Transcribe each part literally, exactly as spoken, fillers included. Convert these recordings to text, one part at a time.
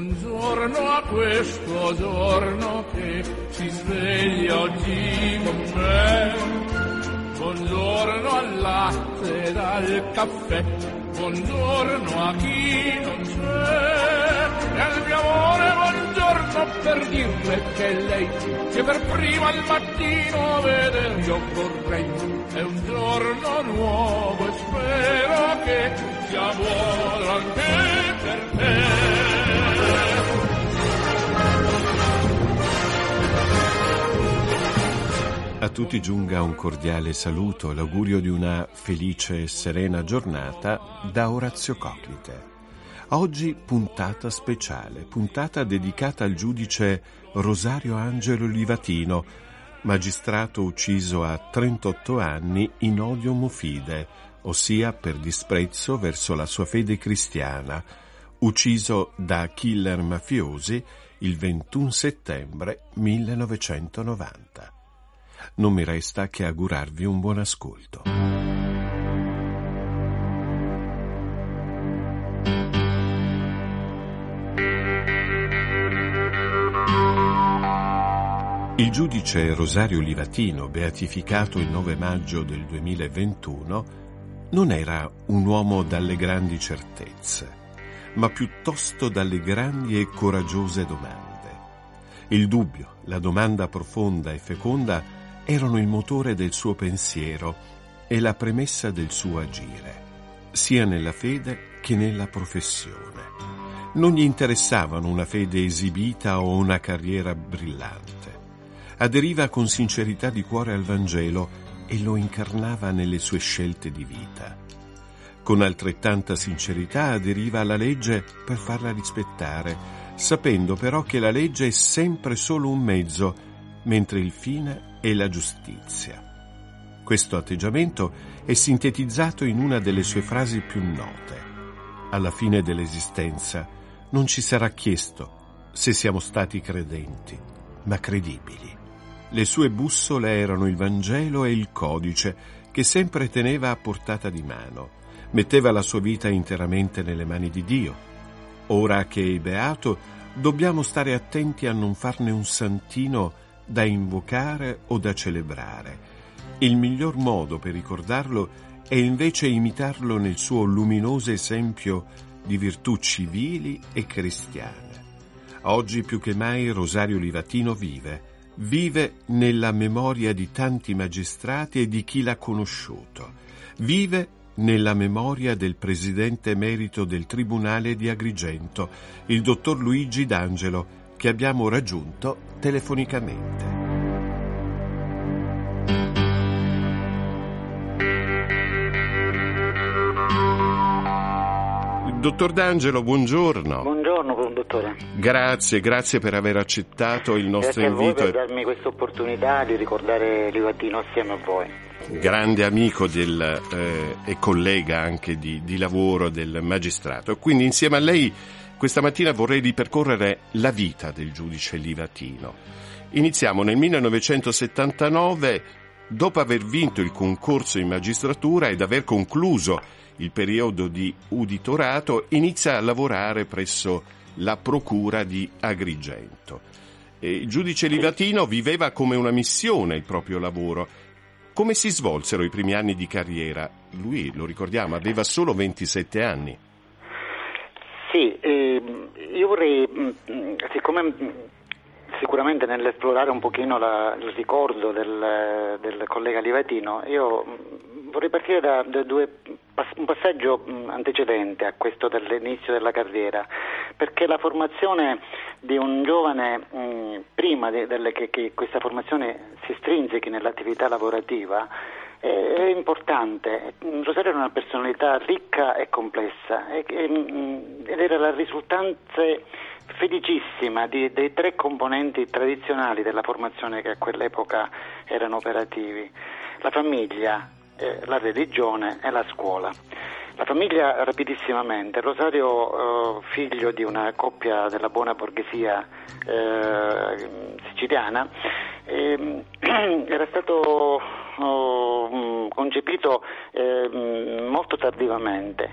Buongiorno a questo giorno che si sveglia oggi con me. Buongiorno al latte ed al caffè. Buongiorno a chi non c'è. E al mio amore buongiorno per dirle che lei che per prima al mattino veder io vorrei. È un giorno nuovo e spero che sia buono anche per te. A tutti giunga un cordiale saluto, l'augurio di una felice e serena giornata da Orazio Coclite. Oggi puntata speciale, puntata dedicata al giudice Rosario Angelo Livatino, magistrato ucciso a trentotto anni in odio homofide, ossia per disprezzo verso la sua fede cristiana, ucciso da killer mafiosi il ventuno settembre millenovecentonovanta. Non mi resta che augurarvi un buon ascolto. Il giudice Rosario Livatino, beatificato il nove maggio del duemilaventuno, non era un uomo dalle grandi certezze, ma piuttosto dalle grandi e coraggiose domande. Il dubbio, la domanda profonda e feconda erano il motore del suo pensiero e la premessa del suo agire, sia nella fede che nella professione. Non gli interessavano una fede esibita o una carriera brillante. Aderiva con sincerità di cuore al Vangelo e lo incarnava nelle sue scelte di vita. Con altrettanta sincerità aderiva alla legge per farla rispettare, sapendo però che la legge è sempre solo un mezzo, mentre il fine è la giustizia. Questo atteggiamento è sintetizzato in una delle sue frasi più note. Alla fine dell'esistenza non ci sarà chiesto se siamo stati credenti, ma credibili. Le sue bussole erano il Vangelo e il codice che sempre teneva a portata di mano. Metteva la sua vita interamente nelle mani di Dio. Ora che è beato, dobbiamo stare attenti a non farne un santino da invocare o da celebrare. Il miglior modo per ricordarlo è invece imitarlo nel suo luminoso esempio di virtù civili e cristiane. Oggi più che mai Rosario Livatino vive, vive nella memoria di tanti magistrati e di chi l'ha conosciuto. Vive nella memoria del presidente emerito del Tribunale di Agrigento, il dottor Luigi D'Angelo, che abbiamo raggiunto telefonicamente. Dottor D'Angelo, buongiorno. Buongiorno, dottore. Grazie, grazie per aver accettato il nostro grazie invito. Grazie a voi per darmi questa opportunità di ricordare Livatino assieme a voi. Grande amico del, eh, e collega anche di, di lavoro del magistrato. Quindi insieme a lei questa mattina vorrei ripercorrere la vita del giudice Livatino. Iniziamo nel millenovecentosettantanove, dopo aver vinto il concorso in magistratura ed aver concluso il periodo di uditorato, inizia a lavorare presso la procura di Agrigento. E il giudice Livatino viveva come una missione il proprio lavoro. Come si svolsero i primi anni di carriera? Lui, lo ricordiamo, aveva solo ventisette anni. Sì, eh, io vorrei, siccome sicuramente nell'esplorare un pochino la, il ricordo del, del collega Livatino, io vorrei partire da, da due, un passaggio antecedente a questo dell'inizio della carriera, perché la formazione di un giovane, mh, prima de, delle, che, che questa formazione si strinzichi nell'attività lavorativa, è importante. Rosario era una personalità ricca e complessa e, e, ed era la risultante felicissima di, dei tre componenti tradizionali della formazione che a quell'epoca erano operativi: la famiglia, eh, la religione e la scuola. La famiglia, rapidissimamente. Rosario, eh, figlio di una coppia della buona borghesia eh, siciliana, eh, era stato oh, concepito eh, molto tardivamente,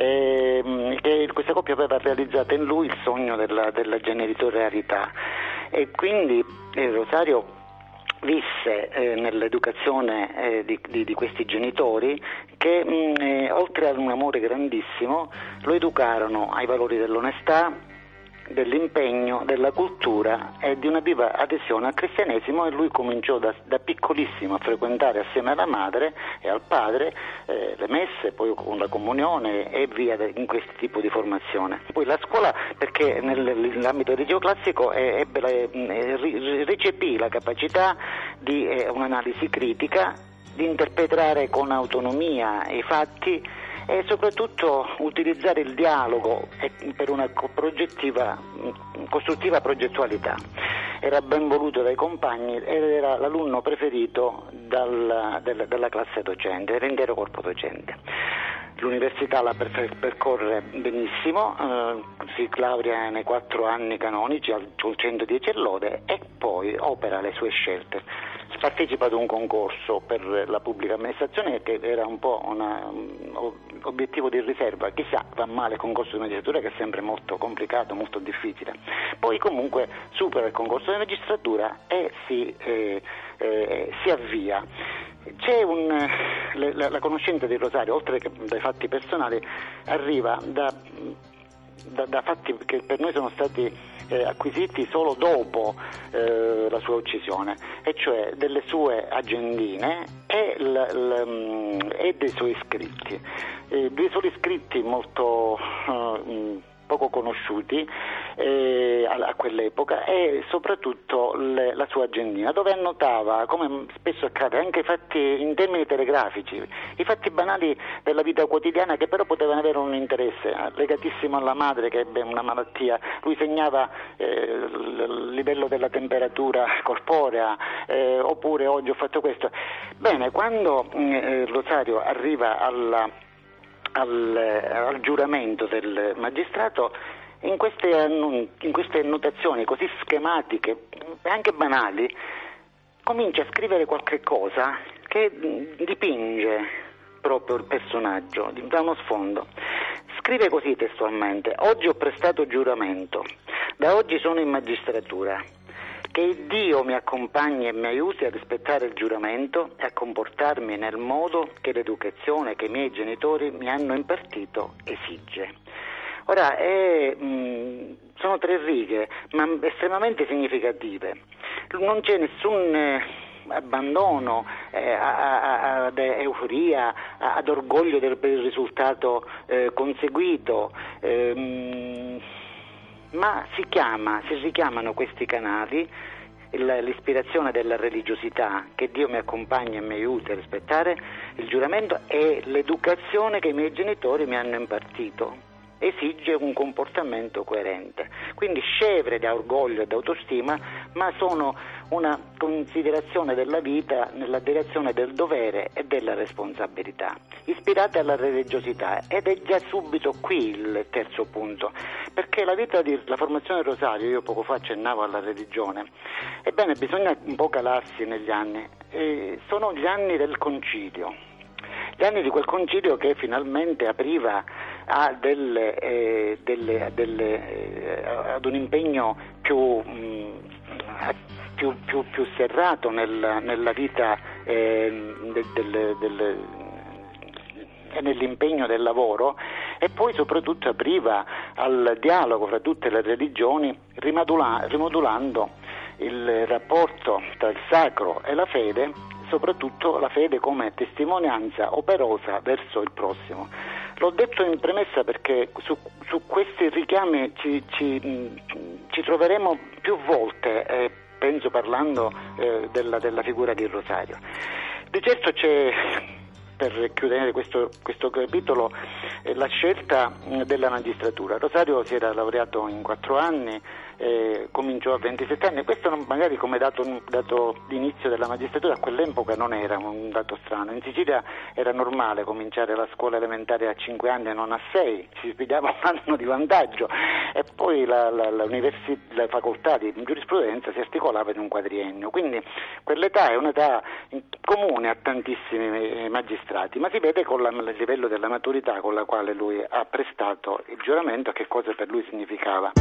eh, che questa coppia aveva realizzato in lui il sogno della, della genitorialità, e quindi eh, Rosario visse eh, nell'educazione eh, di, di, di questi genitori che mh, eh, oltre ad un amore grandissimo lo educarono ai valori dell'onestà, dell'impegno, della cultura e di una viva adesione al cristianesimo, e lui cominciò da, da piccolissimo a frequentare assieme alla madre e al padre eh, le messe, poi con la comunione e via in questo tipo di formazione. Poi la scuola, perché nell'ambito religio classico ebbe la, eh, ricepì la capacità di eh, un'analisi critica, di interpretare con autonomia i fatti e soprattutto utilizzare il dialogo per una progettiva, costruttiva progettualità. Era ben voluto dai compagni ed era l'alunno preferito dal, del, della classe docente, dell'intero corpo docente. L'università la percorre benissimo, eh, si laurea nei quattro anni canonici al centodieci e lode e poi opera le sue scelte. Partecipa ad un concorso per la pubblica amministrazione che era un po' un obiettivo di riserva, chissà, va male il concorso di magistratura che è sempre molto complicato, molto difficile. Poi comunque supera il concorso di magistratura e si, eh, eh, si avvia. C'è un, la, la conoscenza di Rosario, oltre che dai fatti personali, arriva da, da, da fatti che per noi sono stati eh, acquisiti solo dopo eh, la sua uccisione, e cioè delle sue agendine e, l, l, e dei suoi scritti. Eh, due suoi scritti molto eh, poco conosciuti eh, a, a quell'epoca, e soprattutto le, la sua agendina, dove annotava, come spesso accade, anche i fatti in termini telegrafici, i fatti banali della vita quotidiana, che però potevano avere un interesse legatissimo alla madre che ebbe una malattia. Lui segnava eh, il livello della temperatura corporea, eh, oppure oggi ho fatto questo. Bene, quando eh, Rosario arriva alla Al, al giuramento del magistrato, in queste, in queste annotazioni così schematiche e anche banali comincia a scrivere qualche cosa che dipinge proprio il personaggio, da uno sfondo. Scrive così testualmente: oggi ho prestato giuramento, da oggi sono in magistratura. Che Dio mi accompagni e mi aiuti a rispettare il giuramento e a comportarmi nel modo che l'educazione che i miei genitori mi hanno impartito esige. Ora, è, mh, sono tre righe, ma estremamente significative. Non c'è nessun eh, abbandono eh, ad euforia, ad orgoglio del, per il risultato eh, conseguito. Eh, ma si chiama, si richiamano questi canali, l'ispirazione della religiosità, che Dio mi accompagni e mi aiuti a rispettare il giuramento, e l'educazione che i miei genitori mi hanno impartito esige un comportamento coerente. Quindi scevre da orgoglio e da autostima, ma sono una considerazione della vita nella direzione del dovere e della responsabilità, ispirate alla religiosità. Ed è già subito qui il terzo punto, perché la vita di la formazione di Rosario, io poco fa accennavo alla religione, ebbene bisogna un po' calarsi negli anni, e sono gli anni del concilio, gli anni di quel concilio che finalmente apriva a delle, eh, delle, delle, eh, ad un impegno più, mh, più, più, più serrato nel, nella vita eh, del, del, del, e nell'impegno del lavoro, e poi soprattutto apriva al dialogo fra tutte le religioni, rimodula, rimodulando il rapporto tra il sacro e la fede, soprattutto la fede come testimonianza operosa verso il prossimo. L'ho detto in premessa perché su, su questi richiami ci, ci, ci troveremo più volte, eh, penso parlando eh, della, della figura di Rosario. Di certo c'è, per chiudere questo, questo capitolo, eh, la scelta della magistratura. Rosario si era laureato in quattro anni, eh, cominciò a ventisette anni. Questo non, magari come dato, dato d'inizio della magistratura a quell'epoca non era un dato strano. In Sicilia era normale cominciare la scuola elementare a cinque anni e non a sei, si spiegava un anno di vantaggio, e poi la, la, la, la facoltà di giurisprudenza si articolava in un quadriennio, quindi quell'età è un'età comune a tantissimi magistrati, ma si vede con la, il livello della maturità con la quale lui ha prestato il giuramento e che cosa per lui significava.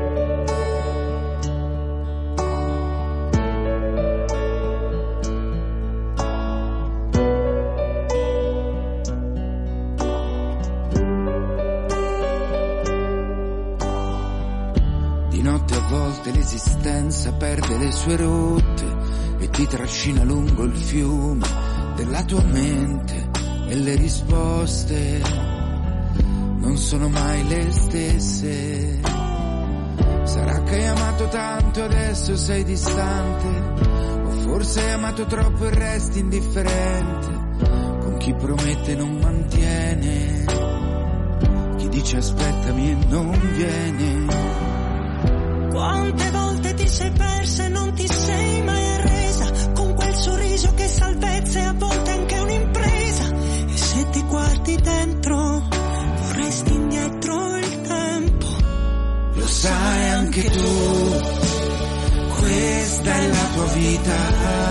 Di notte a volte l'esistenza perde le sue rotte e ti trascina lungo il fiume della tua mente, e le risposte non sono mai le stesse. Sarà che hai amato tanto e adesso sei distante, o forse hai amato troppo e resti indifferente. Con chi promette non mantiene, chi dice aspettami e non viene. Quante volte ti sei persa e non ti sei mai arresa, con quel sorriso che salvezza e a volte anche un'impresa. E se ti guardi dentro vorresti indietro il tempo. Lo sai anche tu, questa è la tua vita,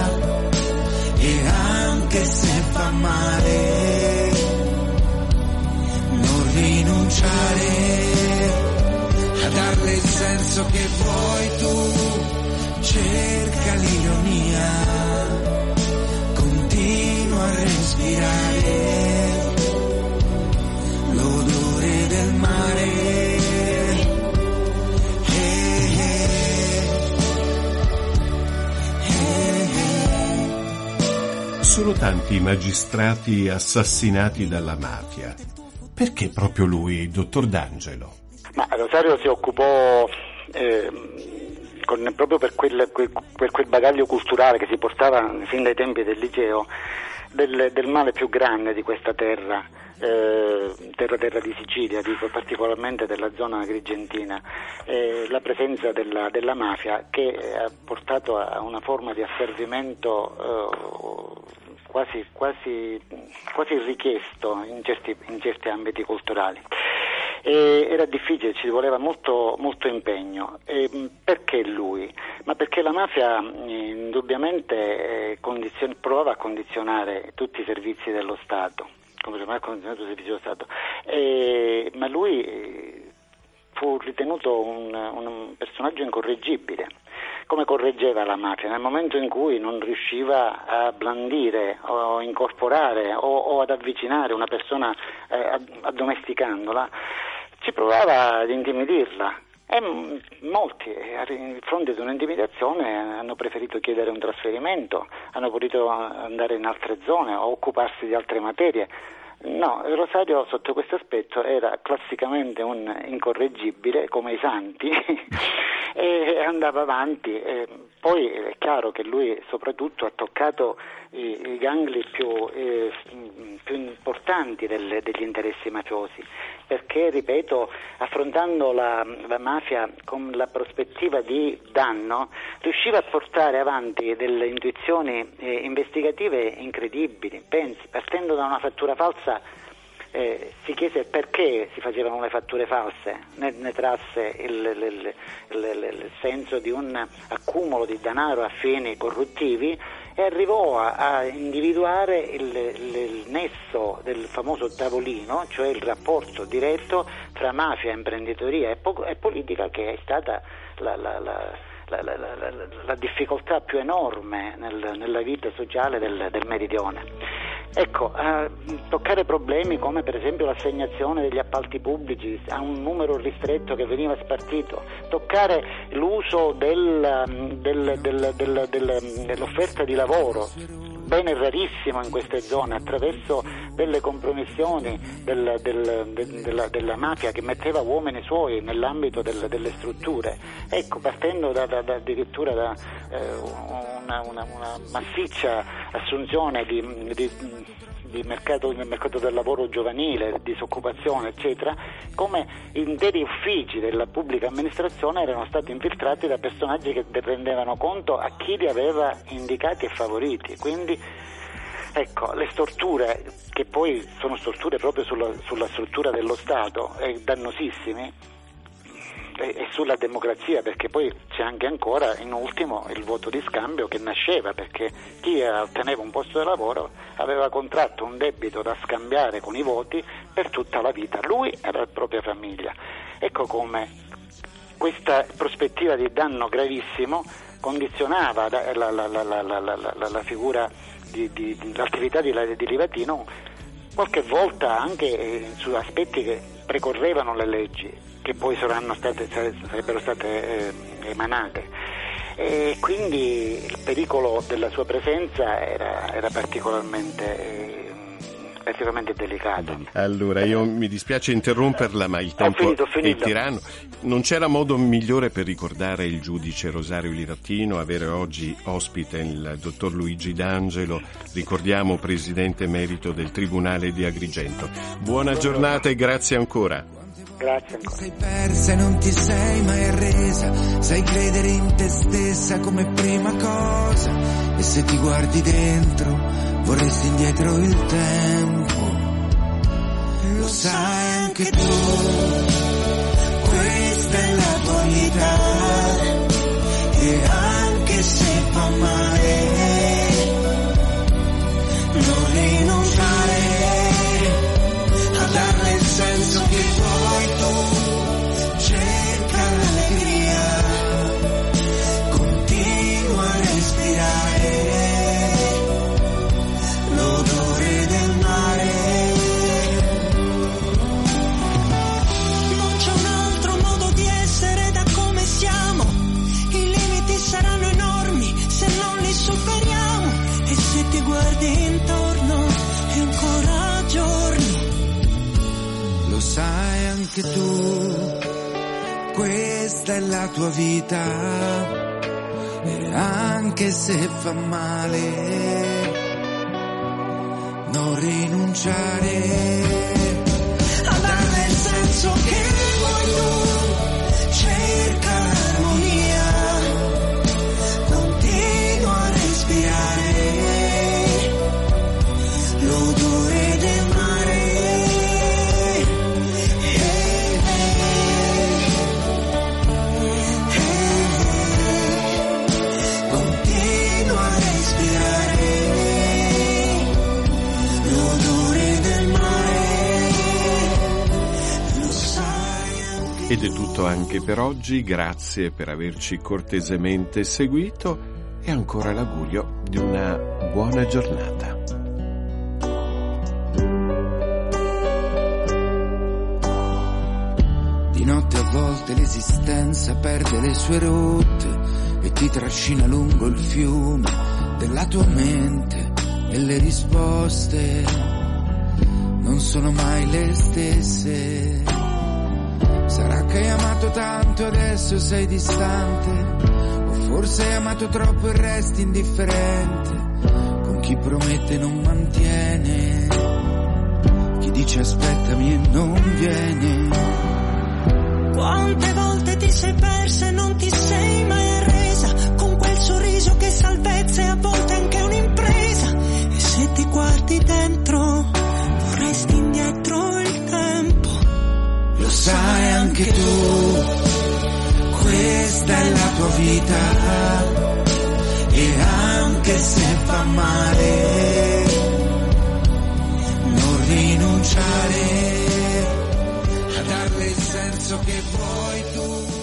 e anche se fa male non rinunciare a darle il senso che vuoi tu, cerca l'ironia, continua a respirare l'odore del mare. Eh, eh, eh. Sono tanti i magistrati assassinati dalla mafia. Perché proprio lui, dottor D'Angelo? Ma Rosario si occupò eh, con, proprio per quel, quel, quel bagaglio culturale che si portava fin dai tempi del liceo del, del male più grande di questa terra, eh, terra terra di Sicilia, dico, particolarmente della zona agrigentina, eh, la presenza della, della mafia che ha portato a una forma di asservimento eh, quasi, quasi, quasi richiesto in certi, in certi ambiti culturali. E era difficile, ci voleva molto, molto impegno. E perché lui? Ma perché la mafia indubbiamente eh, condizion- provava a condizionare tutti i servizi dello Stato, come ha condizionato i servizi dello Stato, e, ma lui eh, fu ritenuto un, un personaggio incorreggibile. Come correggeva la mafia? Nel momento in cui non riusciva a blandire o incorporare o, o ad avvicinare una persona eh, addomesticandola, ci provava ad intimidirla. E molti, a fronte di un'intimidazione, hanno preferito chiedere un trasferimento, hanno voluto andare in altre zone o occuparsi di altre materie. No, Rosario sotto questo aspetto era classicamente un incorreggibile, come i santi, e andava avanti. E poi è chiaro che lui soprattutto ha toccato i, i gangli più, eh, più importanti del, degli interessi mafiosi, perché, ripeto, affrontando la, la mafia con la prospettiva di danno, riusciva a portare avanti delle intuizioni eh, investigative incredibili. Pensi, partendo da una fattura falsa, eh, si chiese perché si facevano le fatture false, ne, ne trasse il, il, il, il, il senso di un accumulo di denaro a fini corruttivi e arrivò a, a individuare il, il, il nesso del famoso tavolino, cioè il rapporto diretto tra mafia, imprenditoria e, po- e politica, che è stata la, la, la La, la, la, la, la difficoltà più enorme nel, nella vita sociale del, del meridione. Ecco, eh, toccare problemi come per esempio l'assegnazione degli appalti pubblici a un numero ristretto che veniva spartito, toccare l'uso del, del, del, del, del, dell'offerta di lavoro, bene rarissimo in queste zone, attraverso delle compromissioni del, del, del, della, della mafia che metteva uomini suoi nell'ambito del, delle strutture. Ecco, partendo da, da, da addirittura da eh, una, una, una massiccia assunzione di, di, di mercato, nel mercato del lavoro giovanile, disoccupazione eccetera, come interi uffici della pubblica amministrazione erano stati infiltrati da personaggi che prendevano conto a chi li aveva indicati e favoriti. Quindi ecco, le storture, che poi sono storture proprio sulla, sulla struttura dello Stato, e dannosissime, e sulla democrazia, perché poi c'è anche ancora in ultimo il voto di scambio, che nasceva perché chi otteneva un posto di lavoro aveva contratto un debito da scambiare con i voti per tutta la vita, lui e la propria famiglia. Ecco come questa prospettiva di danno gravissimo condizionava la, la, la, la, la, la, la, la figura di, di, di l'attività di, di Livatino, qualche volta anche su aspetti che precorrevano le leggi, che poi saranno state, sarebbero state eh, emanate, e quindi il pericolo della sua presenza era, era particolarmente, eh, particolarmente delicato. Allora, io mi dispiace interromperla, ma il tempo finito, finito. è tiranno. Non c'era modo migliore per ricordare il giudice Rosario Livatino, avere oggi ospite il dottor Luigi D'Angelo, ricordiamo presidente emerito del Tribunale di Agrigento. Buona giornata e grazie ancora. Grazie ancora. Sei persa e non ti sei mai arresa, sai credere in te stessa come prima cosa, e se ti guardi dentro vorresti indietro il tempo. Lo sai anche tu, questa è la tua vita, e anche se fa male non rinunciare a darle il senso che vuoi tu, cerca l'allegria, continua a respirare l'odore del mare. Non c'è un altro modo di essere da come siamo, i limiti saranno enormi se non li superiamo, e se ti guardi intorno è ancora giorno. Lo sai anche tu, questa è la tua vita, e anche se fa male non rinunciare a darle il senso che vuoi tu, cerca l'armonia, continua a respirare l'odore del mare. Ed è tutto anche per oggi, grazie per averci cortesemente seguito e ancora l'augurio di una buona giornata. Di notte a volte l'esistenza perde le sue rotte e ti trascina lungo il fiume della tua mente, e le risposte non sono mai le stesse. Sarà che hai amato tanto e adesso sei distante, o forse hai amato troppo e resti indifferente. Con chi promette non mantiene, chi dice aspettami e non viene. Quante volte ti sei persa e non ti sei mai arresa, con quel sorriso che salvezza e a volte anche un'impresa, e se ti guardi dentro vorresti indietro il tempo. Lo sai anche tu, questa è la tua vita, e anche se fa male non rinunciare a darle il senso che vuoi tu.